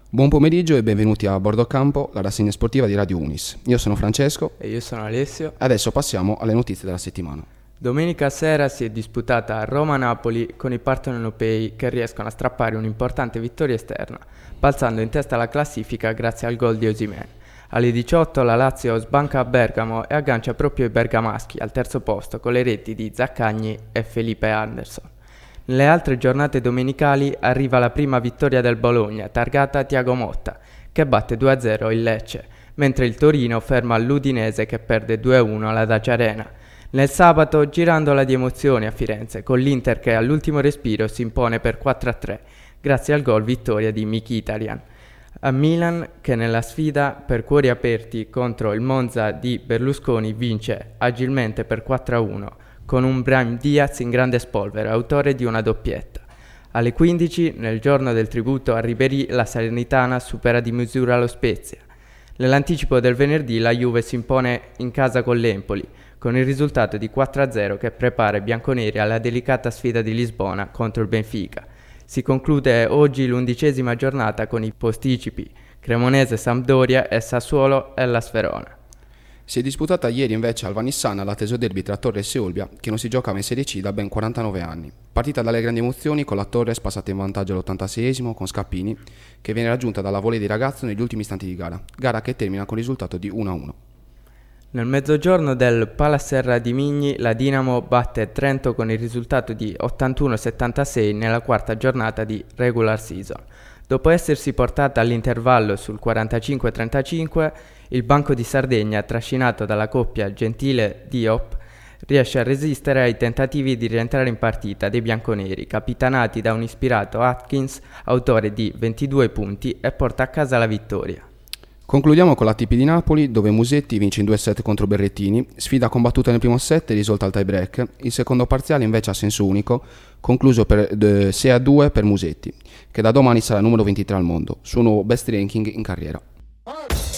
Buon pomeriggio e benvenuti a Bordo Campo, la rassegna sportiva di Radio Unis. Io sono Francesco E io sono Alessio. Adesso passiamo alle notizie della settimana. Domenica sera si è disputata Roma-Napoli con i partenopei che riescono a strappare un'importante vittoria esterna, balzando in testa alla classifica grazie al gol di Osimhen. Alle 18 la Lazio sbanca a Bergamo e aggancia proprio i bergamaschi al terzo posto con le reti di Zaccagni e Felipe Anderson. Nelle altre giornate domenicali arriva la prima vittoria del Bologna, targata Thiago Motta, che batte 2-0 il Lecce, mentre il Torino ferma l'Udinese che perde 2-1 alla Dacia Arena. Nel sabato girandola di emozioni a Firenze, con l'Inter che all'ultimo respiro si impone per 4-3, grazie al gol vittoria di Mkhitaryan. A Milan, che nella sfida per cuori aperti contro il Monza di Berlusconi vince agilmente per 4-1, con un Brahim Diaz in grande spolvero, autore di una doppietta. Alle 15, nel giorno del tributo a Ribéry, la Salernitana supera di misura lo Spezia. Nell'anticipo del venerdì la Juve si impone in casa con l'Empoli, con il risultato di 4-0 che prepara i bianconeri alla delicata sfida di Lisbona contro il Benfica. Si conclude oggi l'11ª giornata con i posticipi Cremonese Sampdoria e Sassuolo Hellas Verona. Si è disputata ieri invece al Vanissana l'atteso derby tra Torres e Olbia, che non si giocava in Serie C da ben 49 anni. Partita dalle grandi emozioni, con la Torres passata in vantaggio all'86esimo con Scappini, che viene raggiunta dalla volée di ragazzo negli ultimi istanti di gara che termina con il risultato di 1-1. Nel mezzogiorno del Palasserra di Migni la Dinamo batte Trento con il risultato di 81-76 nella quarta giornata di regular season. Dopo essersi portata all'intervallo sul 45-35, il Banco di Sardegna, trascinato dalla coppia Gentile-Diop, riesce a resistere ai tentativi di rientrare in partita dei bianconeri, capitanati da un ispirato Atkins, autore di 22 punti, e porta a casa la vittoria. Concludiamo con la TP di Napoli, dove Musetti vince in 2-7 contro Berrettini, sfida combattuta nel primo set e risolta al tie break. Il secondo parziale invece a senso unico, concluso per 6-2 per Musetti, che da domani sarà numero 23 al mondo, suo nuovo best ranking in carriera.